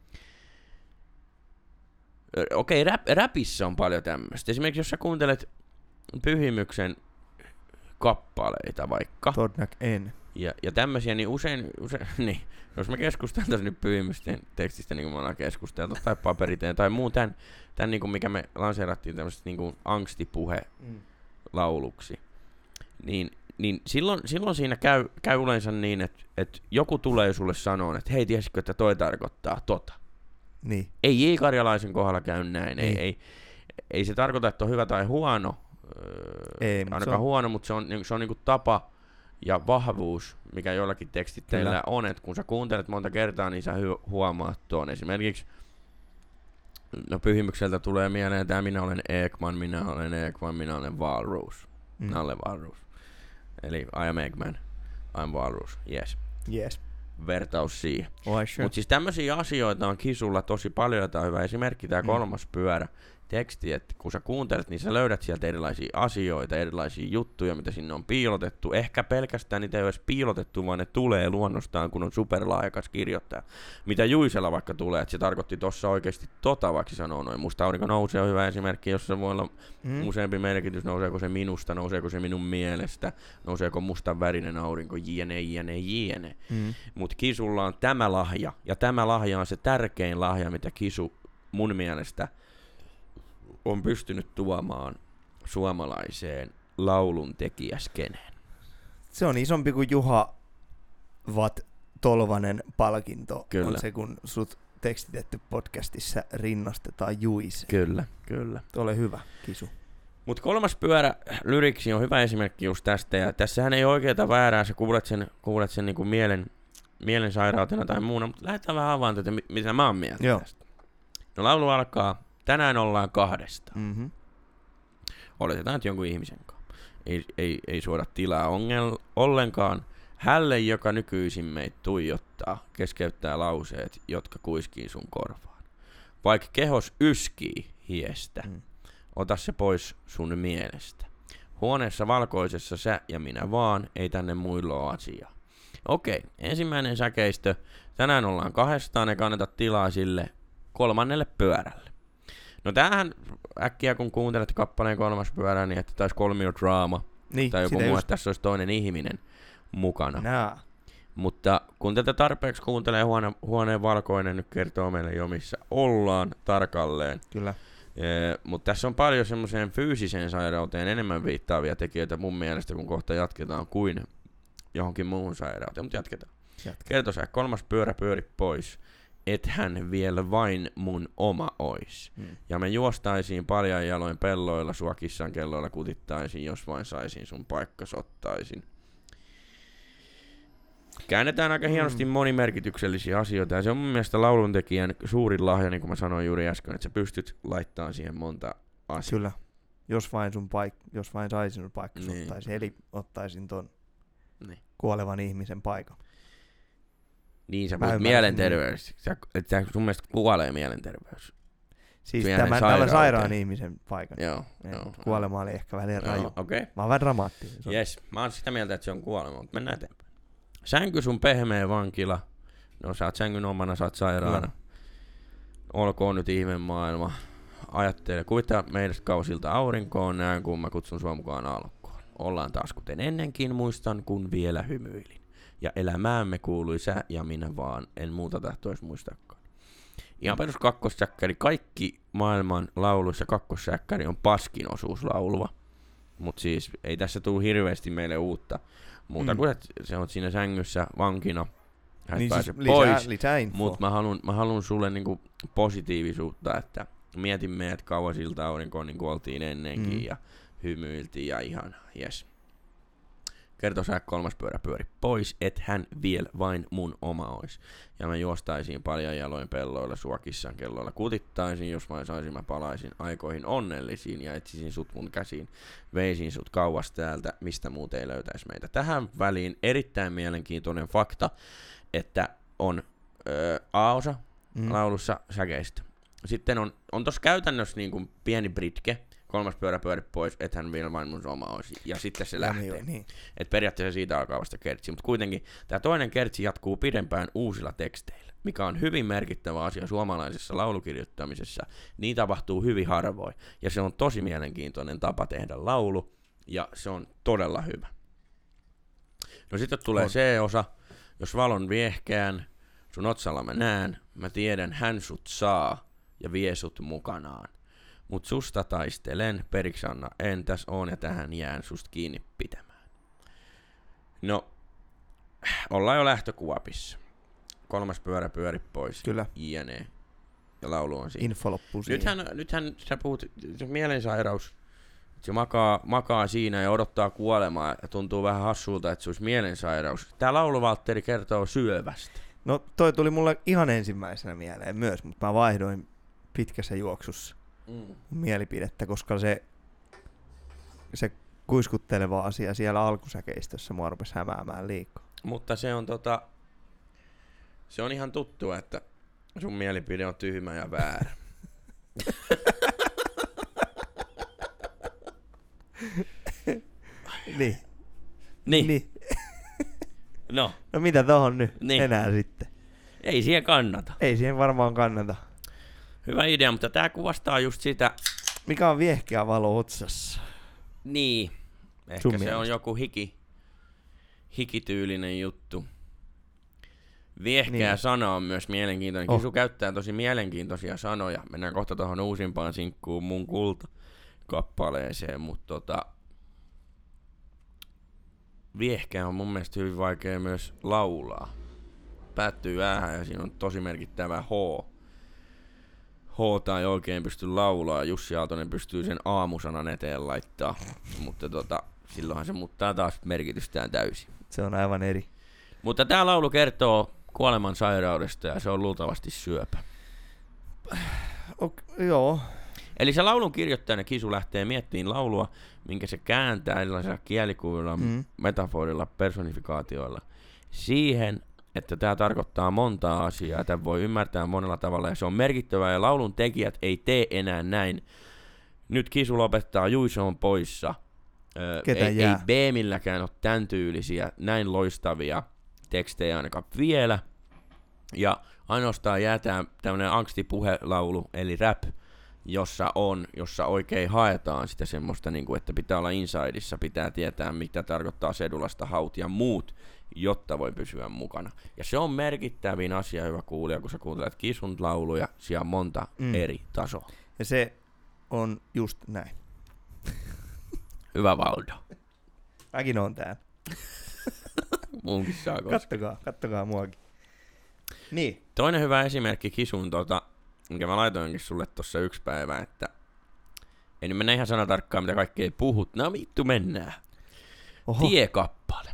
Speaker 2: Okei, räpissä on paljon tämmöistä. Esimerkiksi jos sä kuuntelet Pyhimyksen kappaleita vaikka.
Speaker 1: Todnak en.
Speaker 2: Ja tämmöisiä, niin usein niin, jos me keskusteltaisiin nyt Pyhimyksen tekstistä, niin kuin me ollaan keskusteltu, tai paperiteen, tai muu tämän niin kuin mikä me lanseerattiin tämmöistä niin kuin angstipuhe lauluksi, niin silloin siinä käy yleensä niin, että joku tulee sulle sanoa, että hei, tiesitkö, että toi tarkoittaa tota.
Speaker 1: Niin.
Speaker 2: Ei J. Karjalaisen kohdalla käy näin. Niin. Ei se tarkoita, että on hyvä tai huono.
Speaker 1: Ei,
Speaker 2: ainakaan huono, mutta se on niinku tapa ja vahvuus, mikä jollakin tekstitteillä on. Että kun sä kuuntelet monta kertaa, niin sä huomaat tuon. Esimerkiksi Pyhimykseltä tulee mieleen tämä minä olen Ekman, minä olen Walrus. Nalle Walrus. Eli I am Eggman, I'm Walrus. Yes. Vertaus siihen.
Speaker 1: Sure.
Speaker 2: Mutta siis tämmöisiä asioita on Kisulla tosi paljon, ja tämä on hyvä esimerkki, tämä kolmas pyörä. teksti, että kun sä kuuntelet, niin sä löydät sieltä erilaisia asioita, erilaisia juttuja, mitä sinne on piilotettu. Ehkä pelkästään niitä ei ole edes piilotettu, vaan ne tulee luonnostaan, kun on superlaajakas kirjoittaja. Mitä Juisella vaikka tulee, että se tarkoitti tossa oikeasti vaikka sanoo noin. Musta aurinko nousee on hyvä esimerkki, jossa voi olla useampi merkitys, nouseeko se minusta, nouseeko se minun mielestä, nouseeko mustan värinen aurinko, jne. Mutta Kisulla on tämä lahja, ja tämä lahja on se tärkein lahja, mitä Kisu mun mielestä on pystynyt tuomaan suomalaiseen laulun tekijäskeneen.
Speaker 1: Se on isompi kuin Juha Tolvanen palkinto.
Speaker 2: Kyllä.
Speaker 1: On se, kun sut tekstitetty podcastissa rinnastetaan Juise.
Speaker 2: Kyllä.
Speaker 1: Ole hyvä, Kisu.
Speaker 2: Mut kolmas pyörä lyriksi on hyvä esimerkki just tästä, ja tässähän ei oikeeta väärää, sä kuulet sen niinku mielensairautena tai muuna, mutta lähdetään vähän avaan tätä, mitä mä oon mieltä tästä. No laulu alkaa, tänään ollaan kahdesta. Oletetaan, että jonkun ihmisen kanssa. Ei suoda tilaa ollenkaan. Hälle, joka nykyisin meitä tuijottaa, keskeyttää lauseet, jotka kuiskii sun korvaan. Vaikka kehos yskii hiestä, ota se pois sun mielestä. Huoneessa valkoisessa sä ja minä vaan, ei tänne muilla ole asiaa. Okei, ensimmäinen säkeistö. Tänään ollaan kahdestaan, eikä anneta tilaa sille kolmannelle pyörälle. No tämähän äkkiä kun kuuntelet kappaleen kolmas pyörä, niin että taisi kolmiodraama.
Speaker 1: Niin,
Speaker 2: tai joku muu, että tässä olisi toinen ihminen mukana. Mutta kun tätä tarpeeksi kuuntelee, huoneen valkoinen nyt kertoo meille jo missä ollaan tarkalleen.
Speaker 1: Kyllä.
Speaker 2: Mutta tässä on paljon semmoiseen fyysiseen sairauteen enemmän viittaavia tekijöitä mun mielestä, kun kohta jatketaan kuin johonkin muuhun sairauteen. Mutta jatketaan. Kerto sä, kolmas pyörä pyöri pois. Ethän vielä vain mun oma ois. Ja me juostaisiin paljain jaloin pelloilla, sua kissan kelloilla kutittaisin, jos vain saisin sun paikkas ottaisin. Käännetään aika hienosti monimerkityksellisiä asioita, ja se on mun mielestä lauluntekijän suurin lahja, niin kuin mä sanoin juuri äsken, että sä pystyt laittamaan siihen monta asiaa.
Speaker 1: Kyllä. Jos vain saisin sun paikkas ottaisin, eli ottaisin ton kuolevan ihmisen paikan.
Speaker 2: Niin, sä puhut mielenterveys. Että sun mielestä kuolee mielenterveys.
Speaker 1: Siis tällä sairaan ihmisen paikan.
Speaker 2: Joo.
Speaker 1: Kuolema oli ehkä vähän raju.
Speaker 2: Okay.
Speaker 1: Mä oon vähän dramaattinen.
Speaker 2: Jes, mä oon sitä mieltä, että se on kuolema, mutta mennään eteenpäin. Sänky sun pehmeä vankila. No sä oot sängyn omana, sä oot sairaana. Kyllä. Olkoon nyt ihme maailma. Ajattele, kuvittaa meidät kausilta aurinkoon, näen kun mä kutsun sua mukaan alkoon. Ollaan taas kuten ennenkin, muistan kun vielä hymyilin. Ja elämäämme kuului sä ja minä vaan, en muuta tahtoisi muistakaan. Ihan perus kakkossäkkäri, kaikki maailman lauluissa kakkossäkkäri on paskin osuuslaulua. Mut siis ei tässä tule hirveästi meille uutta. Muuta kuin että se on siinä sängyssä vankina, hän niin pääsee siis pois. Mutta mä haluun sulle niinku positiivisuutta, että mietin meidät kauasilta aurinkoon niin kuin oltiin ennenkin ja hymyiltiin ja ihan jes. Kerto sä kolmas pyörä pyöri pois, et hän vielä vain mun oma ois. Ja mä juostaisiin paljain jaloin pelloilla, sua kissan kelloilla kutittaisin, jos vain saisin mä palaisin aikoihin onnellisiin ja etsisin sut mun käsiin. Veisin sut kauas täältä, mistä muut ei löytäisi meitä. Tähän väliin erittäin mielenkiintoinen fakta, että on A-osa laulussa säkeistä. Sitten on tossa käytännössä niin kuin pieni britke. Kolmas pyörä pyöri pois, et hän vielä vain mun oma olisi. Ja sitten se lähtee. Niin. Et periaatteessa siitä alkaa vasta kertsi. Mutta kuitenkin tämä toinen kertsi jatkuu pidempään uusilla teksteillä, mikä on hyvin merkittävä asia suomalaisessa laulukirjoittamisessa. Niin tapahtuu hyvin harvoin. Ja se on tosi mielenkiintoinen tapa tehdä laulu. Ja se on todella hyvä. No sitten tulee C-osa. Jos valon viehkään, sun otsalla mä näen. Mä tiedän, hän sut saa ja vie sut mukanaan. Mut susta taistelen, periksi anna entäs on ja tähän jään sust kiinni pitämään. No, ollaan jo lähtökuopissa. Kolmas pyörä pyöri pois.
Speaker 1: Kyllä.
Speaker 2: Jne. Ja laulu on siinä.
Speaker 1: Info loppuu siihen.
Speaker 2: Nythän sä puhut, se mielensairaus. Se makaa siinä ja odottaa kuolemaa ja tuntuu vähän hassulta, että se olisi mielensairaus. Tää lauluvaltteri kertoo syövästä.
Speaker 1: No toi tuli mulle ihan ensimmäisenä mieleen myös, mutta mä vaihdoin pitkässä juoksussa mielipidettä, koska se kuiskutteleva asia siellä alkusäkeistössä mua rupesi hämäämään liikaa.
Speaker 2: Mutta se on ihan tuttu, että sun mielipide on tyhmä ja väärä.
Speaker 1: Niin.
Speaker 2: Niin. No.
Speaker 1: No mitä tohon nyt
Speaker 2: Niin.
Speaker 1: enää sitten?
Speaker 2: Ei siihen kannata.
Speaker 1: Ei siihen varmaan kannata.
Speaker 2: Hyvä idea, mutta tää kuvastaa just sitä.
Speaker 1: Mikä on viehkeä valo otsassa?
Speaker 2: Niin. Ehkä
Speaker 1: Sun
Speaker 2: se
Speaker 1: mielestä?
Speaker 2: on joku hikityylinen juttu. Viehkeä
Speaker 1: Niin.
Speaker 2: sana on myös mielenkiintoinen.
Speaker 1: Oh.
Speaker 2: Kisu käyttää tosi mielenkiintoisia sanoja. Mennään kohta tuohon uusimpaan sinkkuun mun kulta-kappaleeseen, mutta viehkeä on mun mielestä hyvin vaikea myös laulaa. Päättyy äähän ja siinä on tosi merkittävä H. H ei oikein pysty laulaa. Jussi Aaltonen pystyy sen aamusanan eteen laittaa, mutta silloinhan se muuttaa taas merkitystään täysin.
Speaker 1: Se on aivan eri.
Speaker 2: Mutta tää laulu kertoo kuoleman sairaudesta ja se on luultavasti syöpä.
Speaker 1: Joo.
Speaker 2: Eli se laulun kirjoittajana Kisu lähtee miettimään laulua, minkä se kääntää erilaisilla kielikuvilla, metaforilla, personifikaatioilla siihen, että tämä tarkoittaa montaa asiaa. Tämä voi ymmärtää monella tavalla ja se on merkittävää ja laulun tekijät ei tee enää näin. Nyt Kisu lopettaa, Juiso on poissa. Ei Beemilläkään ole tämän tyylisiä, näin loistavia tekstejä ainakaan vielä. Ja ainoastaan jää tämmönen angstipuhelaulu, eli rap, jossa oikein haetaan sitä semmoista, että pitää olla insideissa, pitää tietää, mitä tarkoittaa sedulasta, haut ja muut, jotta voi pysyä mukana. Ja se on merkittävin asia, hyvä kuulija, kun sä kuuntelet Kisun lauluja, siellä on monta eri tasoa.
Speaker 1: Ja se on just näin.
Speaker 2: Hyvä Valdo.
Speaker 1: Mäkin on täällä.
Speaker 2: Munkin saa koska.
Speaker 1: Kattokaa muakin. Niin.
Speaker 2: Toinen hyvä esimerkki Kisun, minkä mä laitoinkin sulle tossa yksi päivä, että ei nyt mennä ihan sanatarkkaan, mitä kaikkea puhut. No vittu mennään.
Speaker 1: Oho.
Speaker 2: Tiekappale.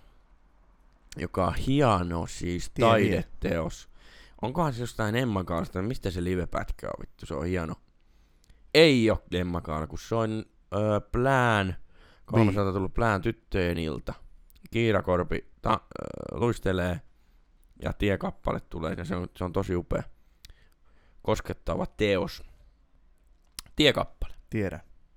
Speaker 2: Joka on hieno siis taideteos. Onkohan se jostain Emma Kaalasta? Mistä se livepätkä on vittu? Se on hieno. Ei oo Emma Kaala, kun se on Plään. 300 tullut Plään tyttöjen ilta. Kiira Korpi luistelee ja tiekappale tulee. Ja se on tosi upea. Koskettava teos. Tiekappale.
Speaker 1: Tiedän.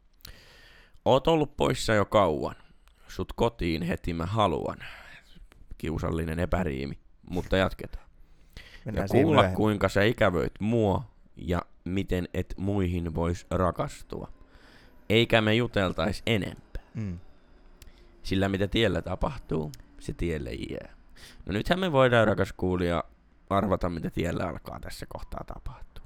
Speaker 2: Oot ollut poissa jo kauan. Sut kotiin heti mä haluan. Kiusallinen epäriimi, mutta jatketaan.
Speaker 1: Mennään
Speaker 2: ja kuulla kuinka sä ikävöit mua ja miten et muihin vois rakastua. Eikä me juteltais enempää. Sillä mitä tiellä tapahtuu, se tielle jää. No nythän me voidaan, rakas kuulija, arvata mitä tiellä alkaa tässä kohtaa tapahtua.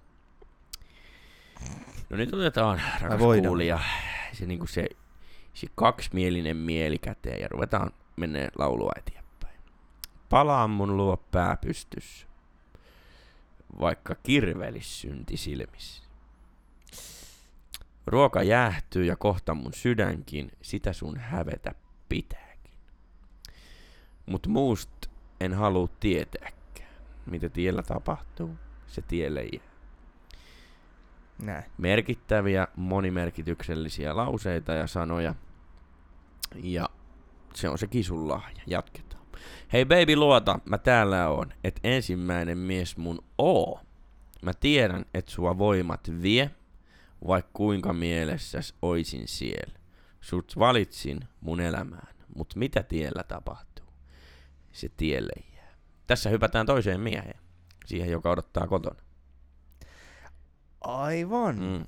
Speaker 2: No nyt otetaan, rakas kuulija, se kaksimielinen mieli käteen ja ruvetaan menee laulua eteenpäin. Palaa mun luo pää pystyssä, vaikka kirvelis synti silmissä. Ruoka jäähtyy ja kohta mun sydänkin, sitä sun hävetä pitääkin. Mut muusta en halua tietääkään, mitä tiellä tapahtuu, se tielle jää.
Speaker 1: Näin.
Speaker 2: Merkittäviä, monimerkityksellisiä lauseita ja sanoja. Ja se on se Kisun lahja. Jatketaan. Hei baby luota, mä täällä oon, et ensimmäinen mies mun oo. Mä tiedän, et sua voimat vie, vaik kuinka mielessäs oisin siellä. Sut valitsin mun elämään, mut mitä tiellä tapahtuu? Se tielle jää. Tässä hypätään toiseen mieheen, siihen joka odottaa kotona.
Speaker 1: Aivan.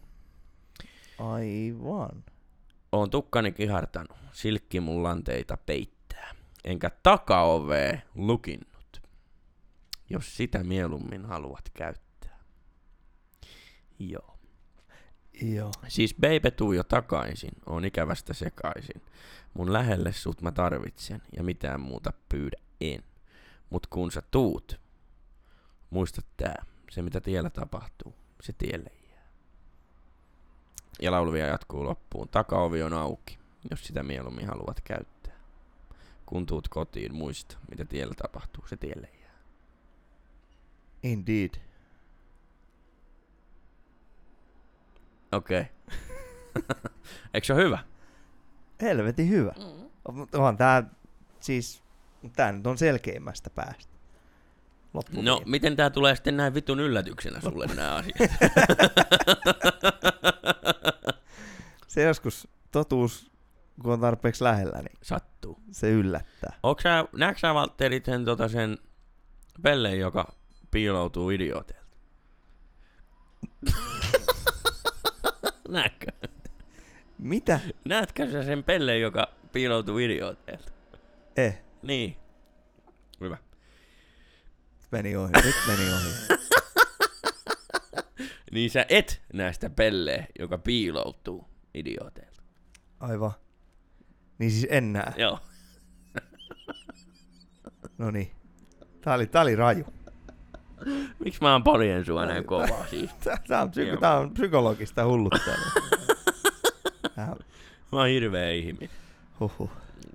Speaker 1: Aivan.
Speaker 2: Oon tukkani kihartanut, silkki mun lanteita peittää, enkä takaovea lukinnut, jos sitä mieluummin haluat käyttää. Joo. Siis baby tuu jo takaisin, oon ikävästä sekaisin. Mun lähelle sut mä tarvitsen ja mitään muuta pyydä en. Mut kun sä tuut, muista tää, se mitä tiellä tapahtuu, se tielle jää. Ja laulu vielä jatkuu loppuun. Takaovi on auki, jos sitä mieluummin haluat käyttää. Kun tuut kotiin, muista, mitä tiellä tapahtuu, se tielle jää.
Speaker 1: Indeed.
Speaker 2: Okei. Eikö se ole hyvä?
Speaker 1: Helvetin hyvä. Onhan tää siis, tää nyt on selkeimmästä päästä. Loppuviin.
Speaker 2: No, miten tää tulee sitten näin vitun yllätyksenä sulle nämä asiat?
Speaker 1: Se joskus totuus kun on tarpeeksi lähellä, niin
Speaker 2: Sattuu.
Speaker 1: se yllättää.
Speaker 2: Näetkö sä Valtteri sen pelleen, joka piiloutuu idiooteilta? Näetkö?
Speaker 1: Mitä?
Speaker 2: Näetkö sä sen pelleen, joka piiloutuu idiooteilta? Niin. Hyvä.
Speaker 1: Meni ohi. Nyt meni ohi.
Speaker 2: Niin sä et näe sitä pelleä, joka piiloutuu idiooteilta.
Speaker 1: Aivan. Niin siis en näe.
Speaker 2: Joo.
Speaker 1: Noniin. Tää oli raju.
Speaker 2: Miksi mä oon poljen sua näin kovaa siis?
Speaker 1: Tää on psykologista hulluttelua.
Speaker 2: Mä oon hirveä ihminen.
Speaker 1: Huhhuh.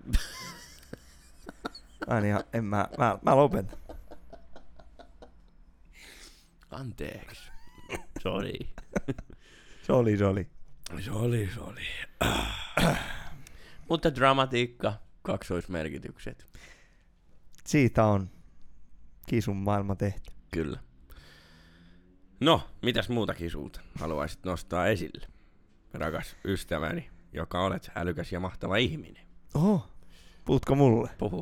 Speaker 1: Mä lopetan.
Speaker 2: Anteeksi. Sori.
Speaker 1: Se oli.
Speaker 2: Mutta dramatiikka, kaksoismerkitykset.
Speaker 1: Siitä on Kisun maailma tehty.
Speaker 2: Kyllä. No, mitäs muutakin sulta haluaisit nostaa esille? Rakas ystäväni, joka olet älykäs ja mahtava ihminen.
Speaker 1: Oho, puhutko mulle?
Speaker 2: Puhu.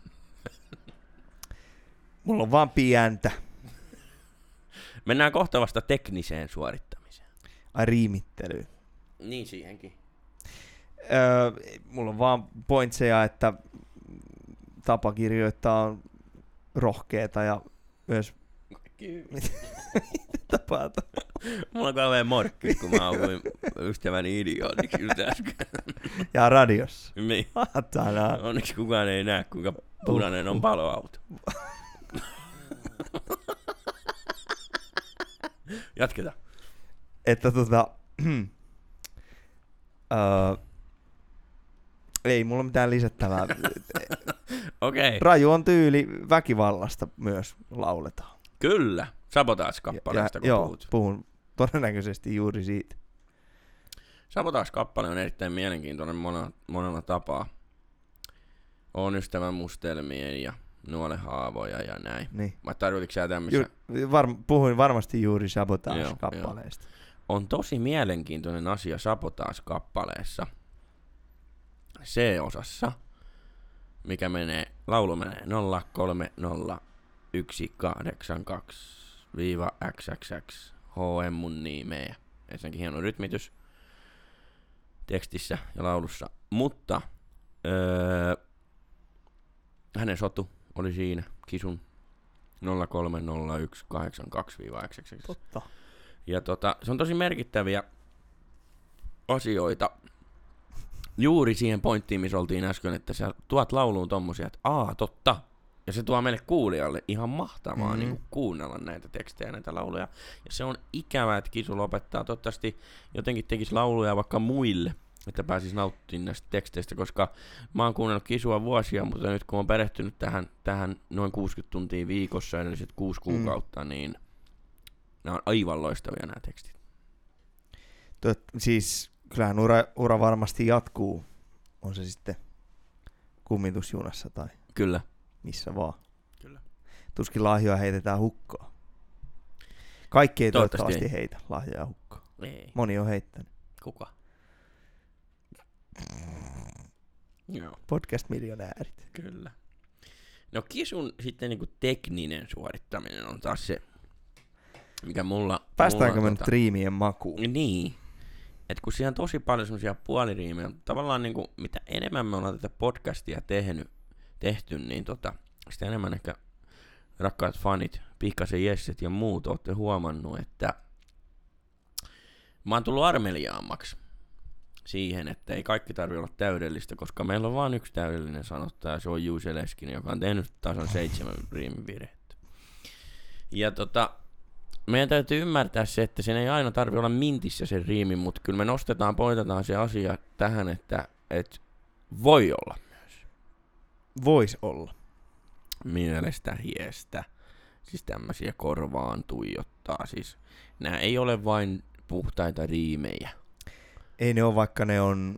Speaker 1: Mulla on vaan pientä.
Speaker 2: Mennään kohta vasta tekniseen suorittamiseen.
Speaker 1: Ai riimittelyyn.
Speaker 2: Niin siihenkin.
Speaker 1: Mulla on vaan pointseja, että tapa kirjoittaa on rohkeeta ja myös... Mitä tapahtuu?
Speaker 2: Mulla on kauhean morkki, kun mä aukuin ystäväni idiootiksi just äsken.
Speaker 1: Ja radiossa.
Speaker 2: Niin.
Speaker 1: Atana.
Speaker 2: Onneksi kukaan ei näe, kuinka punainen on paloauto. Jatketaan.
Speaker 1: Että ei mulla mitään lisättävää.
Speaker 2: Okei.
Speaker 1: Raju on tyyli, väkivallasta myös lauletaan.
Speaker 2: Kyllä. Sabotage-kappaleesta, kun
Speaker 1: joo,
Speaker 2: puhut.
Speaker 1: Puhun todennäköisesti juuri siitä.
Speaker 2: Sabotage-kappale on erittäin mielenkiintoinen monella tapaa. On ystävän mustelmien ja nuolehaavoja ja näin. Niin. Vai tarvitsetko sä tämmöisiä?
Speaker 1: Puhuin varmasti juuri Sabotage-kappaleesta.
Speaker 2: On tosi mielenkiintoinen asia Sabotage-kappaleessa. C-osassa, mikä laulu menee 0301822-XXX HM mun nimeä. Ensinnäkin hieno rytmitys tekstissä ja laulussa. Mutta hänen sotu oli siinä Kisun 0301822-XXX.
Speaker 1: Totta.
Speaker 2: Ja se on tosi merkittäviä asioita. Juuri siihen pointtiin, missä oltiin äsken, että sä tuot lauluun tommosia, että totta. Ja se tuo meille kuulijalle ihan mahtavaa niin kuin kuunnella näitä tekstejä ja näitä lauluja. Ja se on ikävää, että Kisu lopettaa. Toivottavasti jotenkin tekisi lauluja vaikka muille, että pääsis nauttimaan näistä teksteistä, koska mä oon kuunnellut Kisua vuosia, mutta nyt kun oon perehtynyt tähän noin 60 tuntia viikossa edelliset 6 kuukautta, niin nämä on aivan loistavia nämä tekstit.
Speaker 1: Siis kyllähän ura varmasti jatkuu, on se sitten kummitusjunassa tai
Speaker 2: Kyllä.
Speaker 1: missä vaan.
Speaker 2: Kyllä.
Speaker 1: Tuskin lahjoja heitetään hukkaan. Kaikki ei toivottavasti heitä lahjoja hukkaan.
Speaker 2: Ei.
Speaker 1: Moni on heittänyt.
Speaker 2: Kuka? Joo.
Speaker 1: Podcast-miljonäärit.
Speaker 2: Kyllä. No Kisun sitten niinku tekninen suorittaminen on taas se, mikä mulla...
Speaker 1: Päästäänkö me nyt riimien makuun?
Speaker 2: Niin. Et kun siellä on tosi paljon semmosia puoliriimejä, tavallaan niinku, mitä enemmän me ollaan tätä podcastia tehty, niin sitä enemmän ehkä rakkaat fanit, Pihkasen Jesset ja muut, ootte huomannut, että mä oon tullut armeliaammaksi siihen, että ei kaikki tarvitse olla täydellistä, koska meillä on vain yksi täydellinen sanottaja, se on Juuse Leskinen, joka on tehnyt tasan 7 riimin virhettä. Ja meidän täytyy ymmärtää se, että sen ei aina tarvitse olla mintissä sen riimin, mutta kyllä me pointataan se asia tähän, että voi olla myös.
Speaker 1: Vois olla.
Speaker 2: Mielestä hiestä. Siis tämmöisiä korvaan tuijottaa. Siis nämä ei ole vain puhtaita riimejä.
Speaker 1: Ei ne ole, vaikka ne on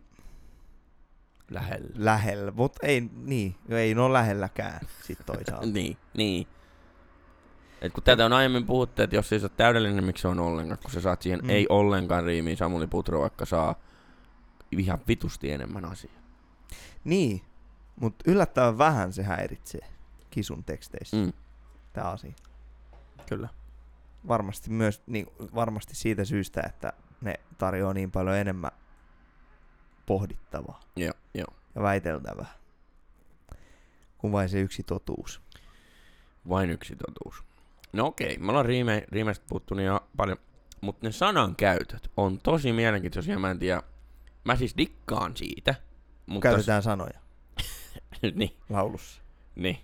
Speaker 2: lähellä.
Speaker 1: Mutta ei ne ole lähelläkään sit toisaalta.
Speaker 2: niin. Et kun tätä on aiemmin puhuttu, että jos ei se ole täydellinen, miksi se on ollenkaan, kun sä saat siihen ei ollenkaan riimiin, Samuli Putro vaikka saa ihan vitusti enemmän asiaa.
Speaker 1: Niin, mutta yllättävän vähän se häiritsee Kisun teksteissä. Tää asia.
Speaker 2: Kyllä.
Speaker 1: Varmasti myös varmasti siitä syystä, että ne tarjoaa niin paljon enemmän pohdittavaa
Speaker 2: Joo.
Speaker 1: ja väiteltävää kuin vain se yksi totuus.
Speaker 2: Vain yksi totuus. No okei, me ollaan riimeistä puhuttu niin paljon, mutta ne sanankäytöt on tosi mielenkiintoisia, mä en tiedä. Mä siis dikkaan siitä. Mutta
Speaker 1: Käytetään sanoja
Speaker 2: niin.
Speaker 1: laulussa.
Speaker 2: Niin.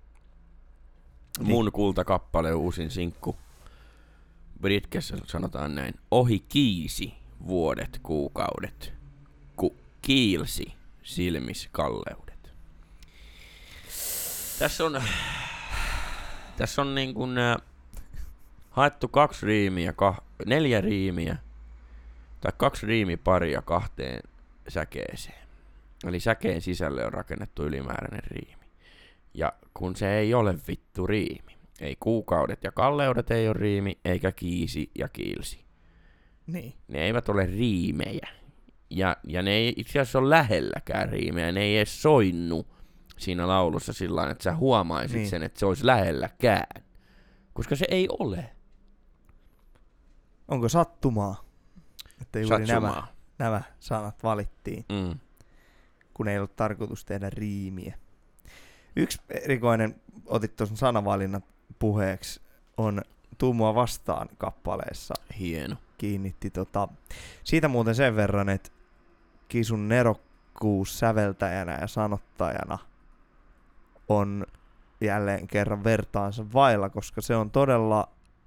Speaker 2: Mun kultakappale uusin sinkku. Britkessä sanotaan näin. Ohi kiisi vuodet, kuukaudet, kiilsi silmis kalleudet. Tässä on niin kuin haettu 4 riimiä tai 2 riimiparia 2 säkeeseen. Eli säkeen sisälle on rakennettu ylimääräinen riimi. Ja kun se ei ole vittu riimi. Ei kuukaudet ja kalleudet ei ole riimi, eikä kiisi ja kiilsi.
Speaker 1: Niin.
Speaker 2: Ne eivät ole riimejä. Ja ne ei itse asiassa ole lähelläkään riimejä. Ne ei edes soinnu siinä laulussa sillä tavalla, että sä huomaisit sen, että se olisi lähelläkään. Koska se ei ole.
Speaker 1: Onko sattumaa, että juuri nämä sanat valittiin, kun ei ollut tarkoitus tehdä riimiä? Yksi erikoinen, otit tuossa sanavalinnat puheeksi, on Tuu mua vastaan -kappaleessa.
Speaker 2: Hieno.
Speaker 1: Kiinnitti siitä muuten sen verran, että Kisun nerokkuus säveltäjänä ja sanottajana on jälleen kerran vertaansa vailla, koska se on todella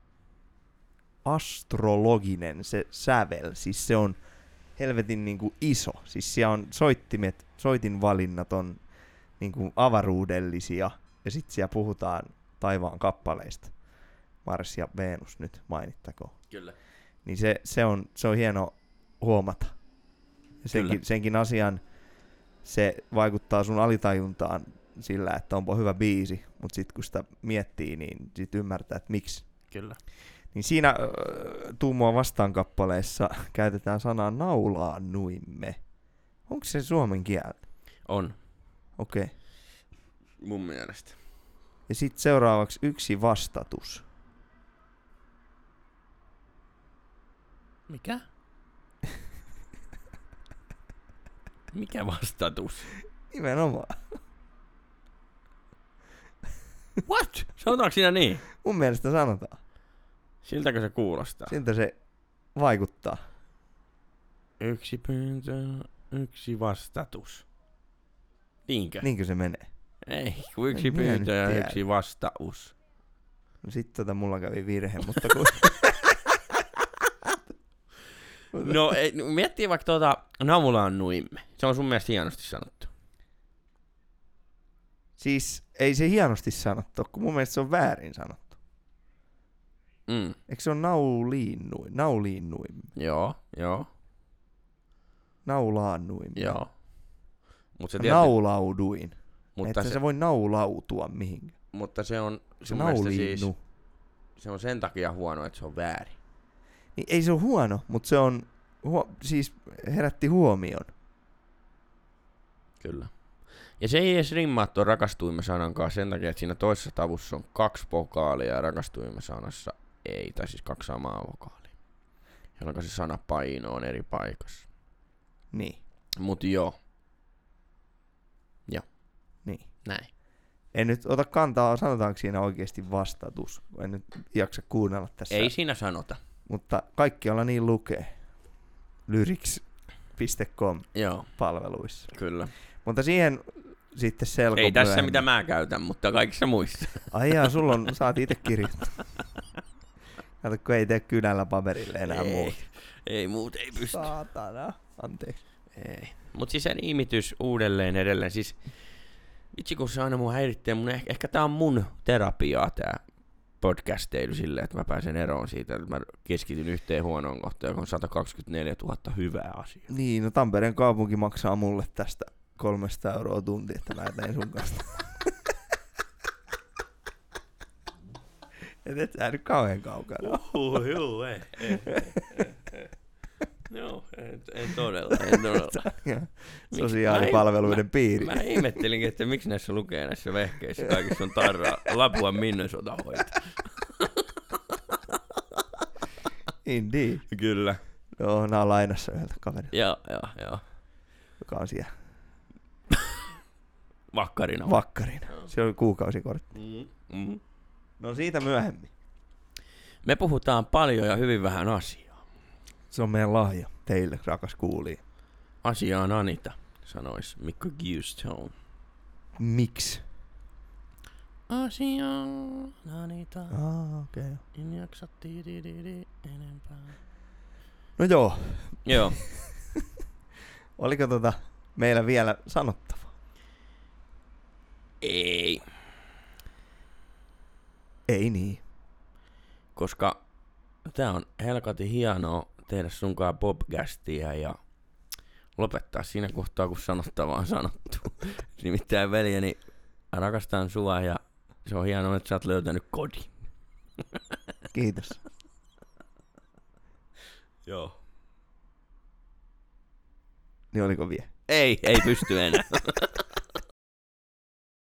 Speaker 1: astrologinen se sävel. Siis se on helvetin niinku iso. Siis siellä on soitinvalinnat on niinku avaruudellisia ja sit siellä puhutaan taivaan kappaleista. Mars ja Venus nyt mainittakoon.
Speaker 2: Kyllä.
Speaker 1: Niin se on hieno huomata. Ja senkin asian se vaikuttaa sun alitajuntaan sillä, että onpa hyvä biisi, mutta sitten kun sitä miettii, niin sit ymmärtää, että miksi.
Speaker 2: Kyllä.
Speaker 1: Niin siinä Tuu mua vastaan -kappaleessa käytetään sanaa naulaannuimme. Onko se suomen kieltä?
Speaker 2: On.
Speaker 1: Okei.
Speaker 2: Mun mielestä.
Speaker 1: Ja sitten seuraavaksi yksi vastatus.
Speaker 2: Mikä? Mikä vastatus?
Speaker 1: Nimenomaan.
Speaker 2: What? Sanotaanko siinä niin?
Speaker 1: Mun mielestä sanotaan.
Speaker 2: Siltäkö se kuulostaa?
Speaker 1: Siltä se vaikuttaa.
Speaker 2: Yksi pyyntö, yksi vastatus. Niinkö?
Speaker 1: Niinkö se menee?
Speaker 2: Ei, kun yksi pyyntö ja yksi vastaus.
Speaker 1: No sit mulla kävi virhe, mutta kun...
Speaker 2: No miettii vaikka naulaannuimme. Se on sun mielestä hienosti sanottu.
Speaker 1: Siis ei se hienosti sanottu, kun mun mielestä se on väärin sanottu. Eikö se ole nauliinnuimme?
Speaker 2: Joo.
Speaker 1: Naulaannuimme.
Speaker 2: Joo.
Speaker 1: Naulauduin.
Speaker 2: Mutta
Speaker 1: että se voi naulautua mihinkään.
Speaker 2: Mutta se on sun mielestä siis... Se on sen takia huono, että se on väärin.
Speaker 1: Niin ei se ole huono, mutta se on... siis herätti huomion.
Speaker 2: Kyllä. Ja se ei edes rimmaa tuon rakastuimme-sanankaan sen takia, että siinä toisessa tavussa on 2 vokaalia ja rakastuimme-sanassa ei, tai siis 2 samaa vokaalia. Jolloin se sana paino on eri paikassa.
Speaker 1: Niin.
Speaker 2: Mut joo.
Speaker 1: Niin.
Speaker 2: Näin.
Speaker 1: En nyt ota kantaa, sanotaanko siinä oikeasti vastatus. En nyt jaksa kuunnella tässä.
Speaker 2: Ei siinä sanota.
Speaker 1: Mutta kaikkialla niin lukee. Lyrics.com palveluissa.
Speaker 2: Kyllä.
Speaker 1: Mutta siihen sitten selko.
Speaker 2: Ei tässä mitä mä käytän, mutta kaikissa muissa.
Speaker 1: Ai jaa, sulla on, saat itse kirjoittaa. Kato, kun ei tee kynällä paperille enää muuta.
Speaker 2: Ei muut ei pysty.
Speaker 1: Saatana. Anteeksi.
Speaker 2: Ei. Mut siis sen imitys uudelleen edelleen. Siis vitsi kun se aina mun häiritsee. Ehkä tää on mun terapiaa tää podcasteilu silleen, että mä pääsen eroon siitä, että mä keskityn yhteen huonoon kohtaan, joka on 124 000 hyvää asiaa.
Speaker 1: Niin, no Tampereen kaupunki maksaa mulle tästä 300 € tunti, että mä tein sun kanssa. Et sä nyt kauhean kaukana.
Speaker 2: Joo, ei. No, En todella.
Speaker 1: Sosiaalipalveluiden piiri.
Speaker 2: Mä ihmettelinkin, että miksi näissä lukee näissä vehkeissä kaikissa on tarraa Lapua Minnesota hoito.
Speaker 1: Indeed.
Speaker 2: Kyllä.
Speaker 1: Joo, nää on lainassa yhdeltä kaverilta.
Speaker 2: Joo.
Speaker 1: Joka on siellä
Speaker 2: Vakkarina.
Speaker 1: Se on kuukausikortti. No siitä myöhemmin.
Speaker 2: Me puhutaan paljon ja hyvin vähän asiaa.
Speaker 1: Se on meidän lahja teille, rakas kuulija.
Speaker 2: Asia on Anita, sanois Mikko Gustone.
Speaker 1: Miksi?
Speaker 2: Asia on Anita.
Speaker 1: Okei.
Speaker 2: En jaksa enempää.
Speaker 1: No joo.
Speaker 2: Joo.
Speaker 1: Oliko meillä vielä sanottavaa?
Speaker 2: Ei.
Speaker 1: Ei niin.
Speaker 2: Koska tää on helkati hienoa tehdä sunkaan podcastia ja lopettaa siinä kohtaa, kun sanottavaa on sanottu. Nimittäin veljeni, rakastan sua ja se on hienoa, että sä oot löytänyt kodin.
Speaker 1: Kiitos.
Speaker 2: Joo.
Speaker 1: Niin oliko vielä?
Speaker 2: Ei pysty enää.